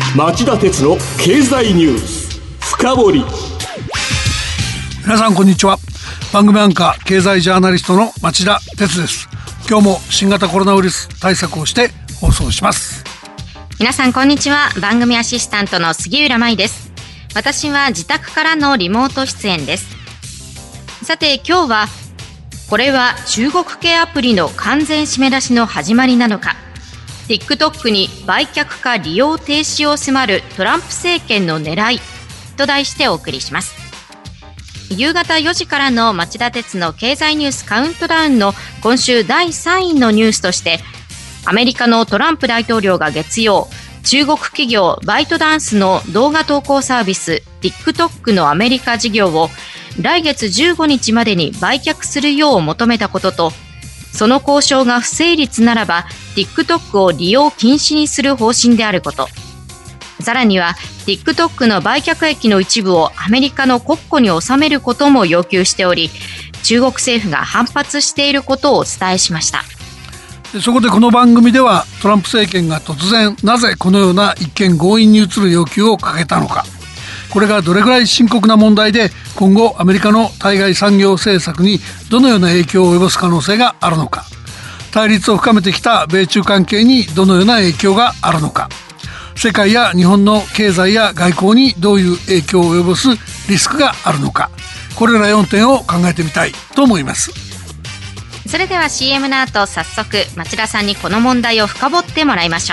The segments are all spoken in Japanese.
町田鉄の経済ニュース深掘り。 皆さんこんにちは。番組アンカー経済ジャーナリストの町田鉄です。今日も新型コロナウイルス対策をして放送します。 皆さんこんにちは。番組アシスタントの杉浦舞です。私は自宅からのリモート出演です。さて今日はこれは中国系アプリの完全締め出しの始まりなのか、 TikTok に売却か利用停止を迫るトランプ政権の狙いと題してお送りします。夕方4時からの町田鉄の経済ニュースカウントダウンの今週第3位のニュースとして、アメリカのトランプ大統領が月曜、中国企業バイトダンスの動画投稿サービス TikTok のアメリカ事業を来月15日までに売却するよう求めたことと、その交渉が不成立ならば TikTok を利用禁止にする方針であること、さらには TikTok の売却益の一部をアメリカの国庫に収めることも要求しており、中国政府が反発していることをお伝えしました。 そこでこの番組ではトランプ政権が突然なぜこのような一見強引に移る要求をかけたのか、これがどれくらい深刻な問題で今後アメリカの対外産業政策にどのような影響を及ぼす可能性があるのか、対立を深めてきた米中関係にどのような影響があるのか、世界や日本の経済や外交にどういう影響を及ぼすリスクがあるのか、これら4点を考えてみたいと思います。 それでは CM の後、早速町田さんにこの問題を深掘ってもらいましょ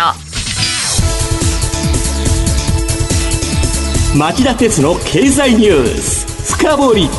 う。町田鉄の経済ニュース深掘り。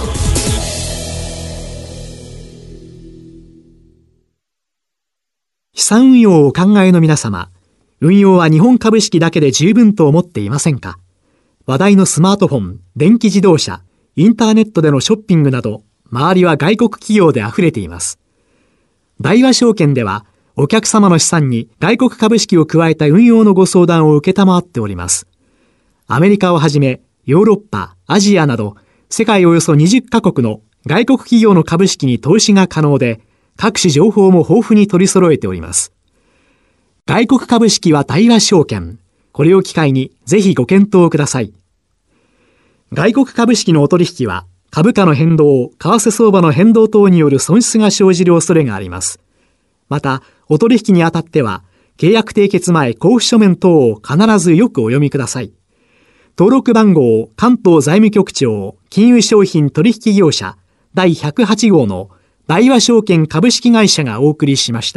資産運用をお考えの皆様、運用は日本株式だけで十分と思っていませんか？話題のスマートフォン、電気自動車、インターネットでのショッピングなど、周りは外国企業で溢れています。大和証券では、お客様の資産に外国株式を加えた運用のご相談を受けたまわっております。アメリカをはじめ、ヨーロッパ、アジアなど、世界およそ20カ国の外国企業の株式に投資が可能で、各種情報も豊富に取り揃えております。外国株式は大和証券。これを機会にぜひご検討ください。外国株式のお取引は、株価の変動、為替相場の変動等による損失が生じる恐れがあります。また、お取引にあたっては、契約締結前交付書面等を必ずよくお読みください。登録番号、関東財務局長、金融商品取引業者、第108号の大和証券株式会社がお送りしました。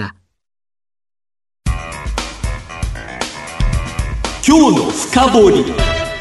今日の深掘り。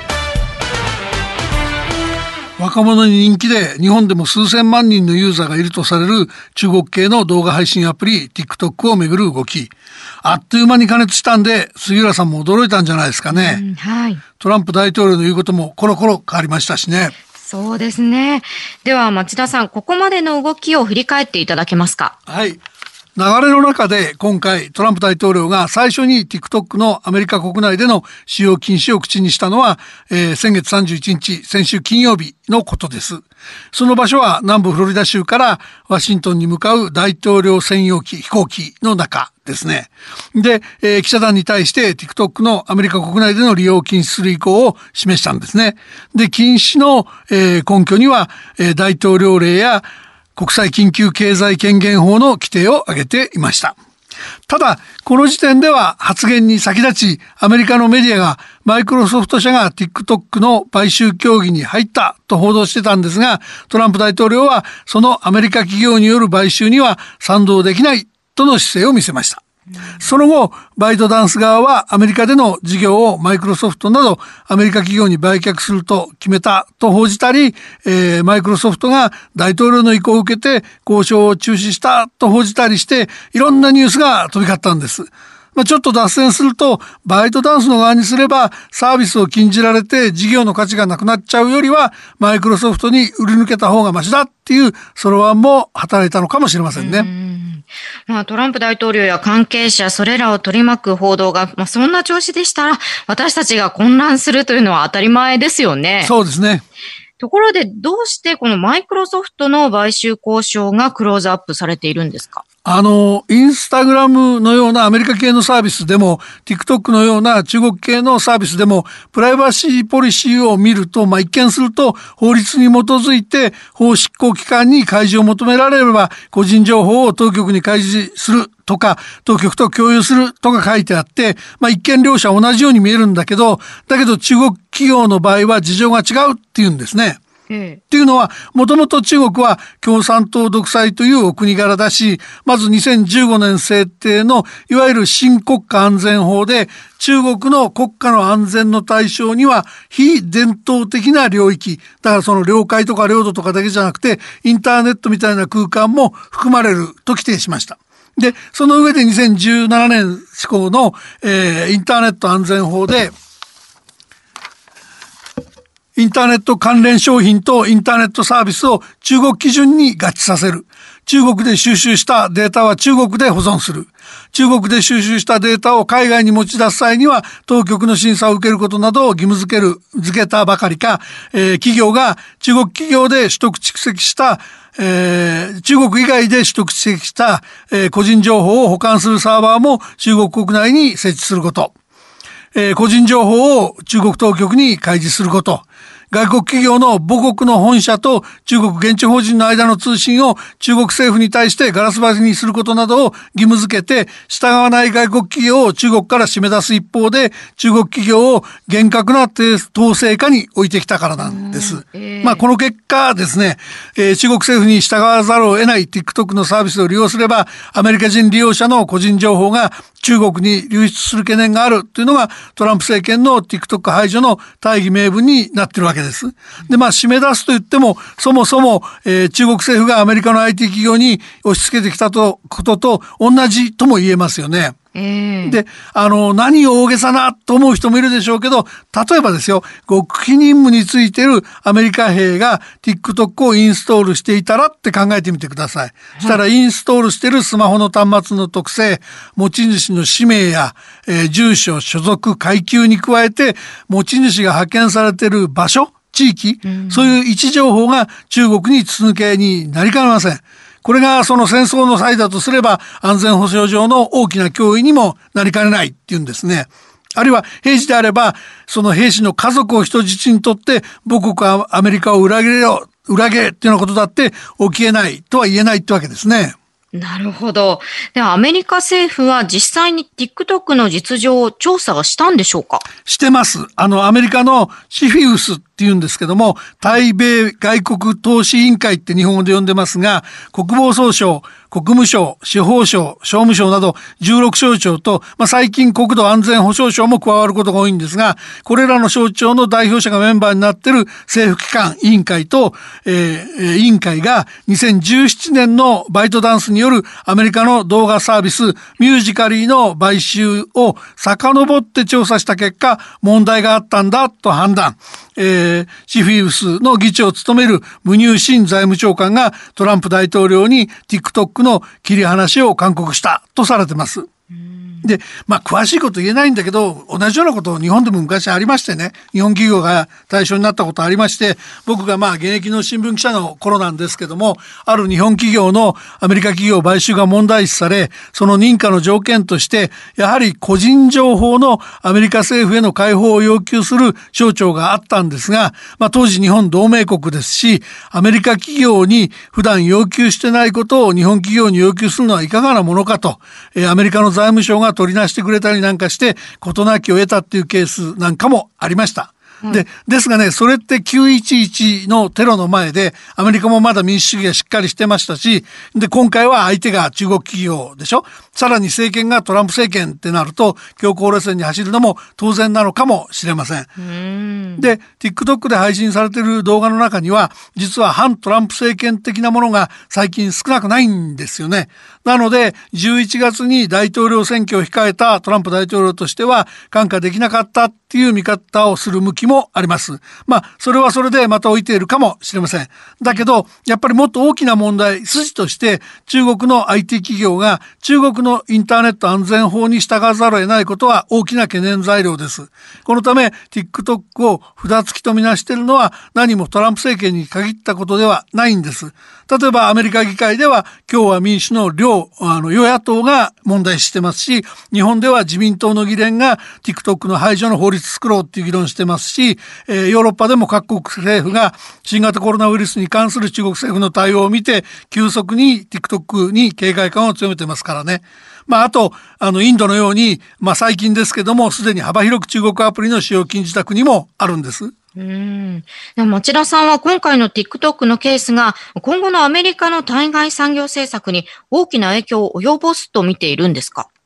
若者に人気で日本でも数千万人のユーザーがいるとされる中国系の動画配信アプリ TikTok をめぐる動き、あっという間に過熱したんで杉浦さんも驚いたんじゃないですかね。 はい、 トランプ大統領の言うこともコロコロ変わりましたしね。 そうですね。では町田さん、ここまでの動きを振り返っていただけますか？ はい。流れの中で今回トランプ大統領が最初に TikTok のアメリカ国内での使用禁止を口にしたのは、先月31日、先週金曜日のことです。その場所は南部フロリダ州からワシントンに向かう大統領専用機、飛行機の中ですね。で、記者団に対して TikTok のアメリカ国内での利用を禁止する意向を示したんですね。で、禁止の、根拠には、大統領令や国際緊急経済権限法の規定を挙げていました。ただ、この時点では発言に先立ち、アメリカのメディアがマイクロソフト社が TikTok の買収協議に入ったと報道してたんですが、トランプ大統領はそのアメリカ企業による買収には賛同できないとの姿勢を見せました。その後、バイトダンス側はアメリカでの事業をマイクロソフトなどアメリカ企業に売却すると決めたと報じたり、マイクロソフトが大統領の意向を受けて交渉を中止したと報じたりして、いろんなニュースが飛び交ったんです。ちょっと脱線すると、バイトダンスの側にすればサービスを禁じられて事業の価値がなくなっちゃうよりはマイクロソフトに売り抜けた方がマシだっていうそろばんも働いたのかもしれませんね。 トランプ大統領や関係者、それらを取り巻く報道が、そんな調子でしたら私たちが混乱するというのは当たり前ですよね。 そうですね。 ところでどうしてこのマイクロソフトの買収交渉がクローズアップされているんですか？ インスタグラムのようなアメリカ系のサービスでも TikTok のような中国系のサービスでもプライバシーポリシーを見ると、一見すると法律に基づいて法執行機関に開示を求められれば個人情報を当局に開示するとか当局と共有するとか書いてあって、一見両者同じように見えるんだけど中国企業の場合は事情が違うっていうんですね。っていうのはもともと中国は共産党独裁というお国柄だし、まず2015年制定のいわゆる新国家安全法で中国の国家の安全の対象には非伝統的な領域だから、その領海とか領土とかだけじゃなくてインターネットみたいな空間も含まれると規定しました。でその上で2017年施行の、インターネット安全法でインターネット関連商品とインターネットサービスを中国基準に合致させる。中国で収集したデータは中国で保存する。中国で収集したデータを海外に持ち出す際には当局の審査を受けることなどを義務付けたばかりか、企業が中国企業で取得蓄積した中国以外で取得してきた、個人情報を保管するサーバーも中国国内に設置すること。個人情報を中国当局に開示すること。外国企業の母国の本社と中国現地法人の間の通信を中国政府に対してガラス張りにすることなどを義務付けて、従わない外国企業を中国から締め出す一方で中国企業を厳格な統制下に置いてきたからなんです。この結果ですね、中国政府に従わざるを得ない TikTok のサービスを利用すればアメリカ人利用者の個人情報が中国に流出する懸念があるというのがトランプ政権の TikTok 排除の大義名分になっているわけです。で、締め出すと言ってもそもそも、中国政府がアメリカの IT 企業に押し付けてきたことと同じとも言えますよね。で、何を大げさなと思う人もいるでしょうけど、例えばですよ、極秘任務についているアメリカ兵が TikTok をインストールしていたらって考えてみてください。そしたらインストールしているスマホの端末の特性、持ち主の氏名や、住所、所属、階級に加えて持ち主が派遣されている場所、地域、そういう位置情報が中国に筒抜けになりかねません。これがその戦争の際だとすれば安全保障上の大きな脅威にもなりかねないっていうんですね。あるいは兵士であればその兵士の家族を人質にとって母国アメリカを裏切れっていうようなことだって起きえないとは言えないってわけですね。 なるほど。ではアメリカ政府は実際に TikTok の実情を調査はしたんでしょうか？ してます。アメリカのシフィウスっていうんですけども、対米外国投資委員会って日本語で呼んでますが、国防総省、国務省、司法省、商務省など16省庁と、最近国土安全保障省も加わることが多いんですが、これらの省庁の代表者がメンバーになっている政府機関委員会と、委員会が2017年のバイトダンスによるアメリカの動画サービスミュージカリーの買収を遡って調査した結果、問題があったんだと判断。シフィウスの議長を務めるムニューシン財務長官がトランプ大統領に TikTok の切り離しを勧告したとされてます。で、詳しいこと言えないんだけど、同じようなこと日本でも昔ありましてね、日本企業が対象になったことありまして、僕が現役の新聞記者の頃なんですけども、ある日本企業のアメリカ企業買収が問題視され、その認可の条件としてやはり個人情報のアメリカ政府への開放を要求する省庁があったんですが、当時日本同盟国ですし、アメリカ企業に普段要求してないことを日本企業に要求するのはいかがなものかと、アメリカの財務省が取りなしてくれたりなんかして事なきを得たっていうケースなんかもありました。ですがね、それって911のテロの前でアメリカもまだ民主主義がしっかりしてましたし、で今回は相手が中国企業でしょ。さらに政権がトランプ政権ってなると強硬路線に走るのも当然なのかもしれません。で TikTok で配信されている動画の中には実は反トランプ政権的なものが最近少なくないんですよね。なので11月に大統領選挙を控えたトランプ大統領としては看過できなかったっていう見方をする向きもあります。それはそれでまた置いているかもしれません。だけどやっぱりもっと大きな問題筋として中国の IT 企業が中国のインターネット安全法に従わざるを得ないことは大きな懸念材料です。このため TikTok を札付きとみなしているのは何もトランプ政権に限ったことではないんです。例えばアメリカ議会では共和民主の両与野党が問題してますし、日本では自民党の議連が TikTok の排除の法律作ろうっていう議論してますし、ヨーロッパでも各国政府が新型コロナウイルスに関する中国政府の対応を見て急速に TikTok に警戒感を強めてますからね。あとインドのように、最近ですけどもすでに幅広く中国アプリの使用禁じた国もあるんです。 町田さんは今回の TikTok のケースが今後のアメリカの対外産業政策に大きな影響を及ぼすと見ているんですか？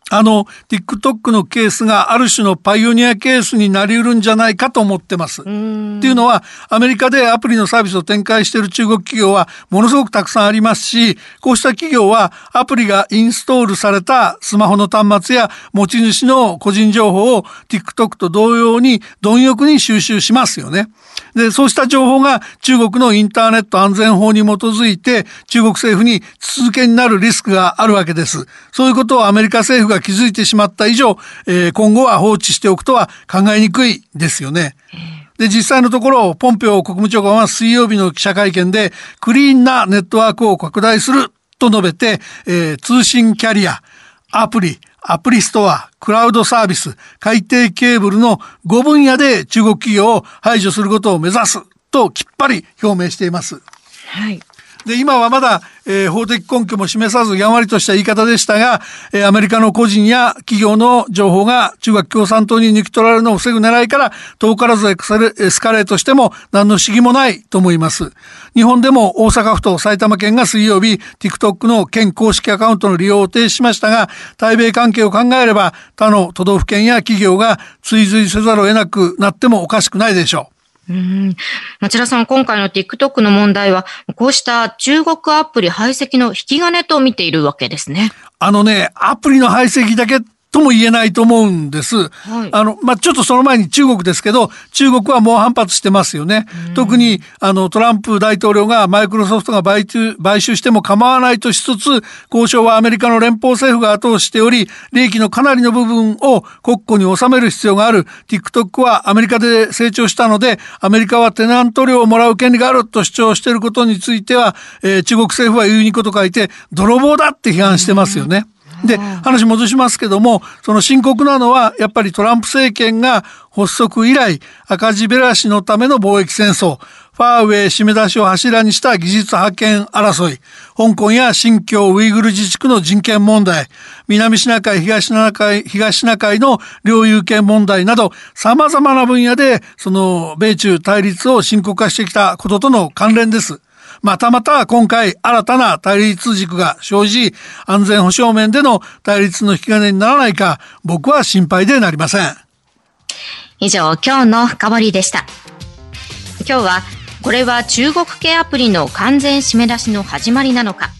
TikTok のケースがある種のパイオニアケースになり得るんじゃないかと思ってます。っていうのはアメリカでアプリのサービスを展開している中国企業はものすごくたくさんありますし、こうした企業はアプリがインストールされたスマホの端末や持ち主の個人情報を TikTok と同様に貪欲に収集しますよね。で、そうした情報が中国のインターネット安全法に基づいて中国政府に筒抜けになるリスクがあるわけです。そういうことをアメリカ政府が気づいてしまった以上、今後は放置しておくとは考えにくいですよね。で、実際のところポンペオ国務長官は水曜日の記者会見でクリーンなネットワークを拡大すると述べて、通信キャリア、アプリストア、クラウドサービス、海底ケーブルの5分野で中国企業を排除することを目指すときっぱり表明しています。 はい。 で、今はまだ、法的根拠も示さずやんわりとした言い方でしたが、アメリカの個人や企業の情報が中国共産党に抜き取られるのを防ぐ狙いから遠からずエスカレートしても何の不思議もないと思います。日本でも大阪府と埼玉県が水曜日 TikTok の県公式アカウントの利用を停止しましたが、対米関係を考えれば他の都道府県や企業が追随せざるを得なくなってもおかしくないでしょう。 町田さん、今回の TikTok の問題はこうした中国アプリ排斥の引き金と見ているわけですね。 アプリの排斥だけとも言えないと思うんです。ちょっとその前に中国ですけど、中国は猛反発してますよね。特にトランプ大統領がマイクロソフトが買収しても構わないとしつつ、交渉はアメリカの連邦政府が後押ししており、利益のかなりの部分を国庫に収める必要がある。TikTok はアメリカで成長したので、アメリカはテナント料をもらう権利があると主張していることについては、中国政府は言うにこと書いて泥棒だって批判してますよね。で、話戻しますけども、その深刻なのはやっぱりトランプ政権が発足以来赤字減らしのための貿易戦争、ファーウェイ締め出しを柱にした技術覇権争い、香港や新疆ウイグル自治区の人権問題、南シナ海、東シナ海の領有権問題など様々な分野でその米中対立を深刻化してきたこととの関連です。また今回新たな対立軸が生じ、安全保障面での対立の引き金にならないか、僕は心配でなりません。 以上、今日の深掘りでした。今日はこれは中国系アプリの完全締め出しの始まりなのか、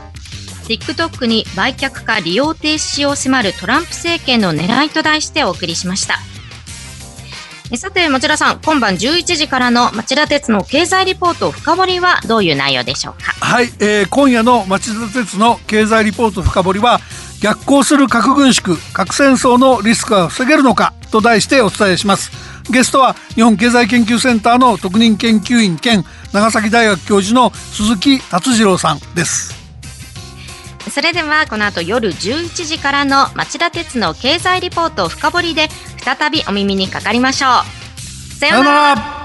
TikTok に売却か利用停止を迫るトランプ政権の狙いと題してお送りしました。さて町田さん、今晩11時からの町田鉄の経済リポート深掘りはどういう内容でしょうか？ はい、今夜の町田鉄の経済リポート深掘りは、逆行する核軍縮、核戦争のリスクは防げるのかと題してお伝えします。ゲストは日本経済研究センターの特任研究員兼長崎大学教授の鈴木達次郎さんです。 それではこの後夜11時からの町田鉄の経済リポート深掘りで再びお耳にかかりましょう。さようなら。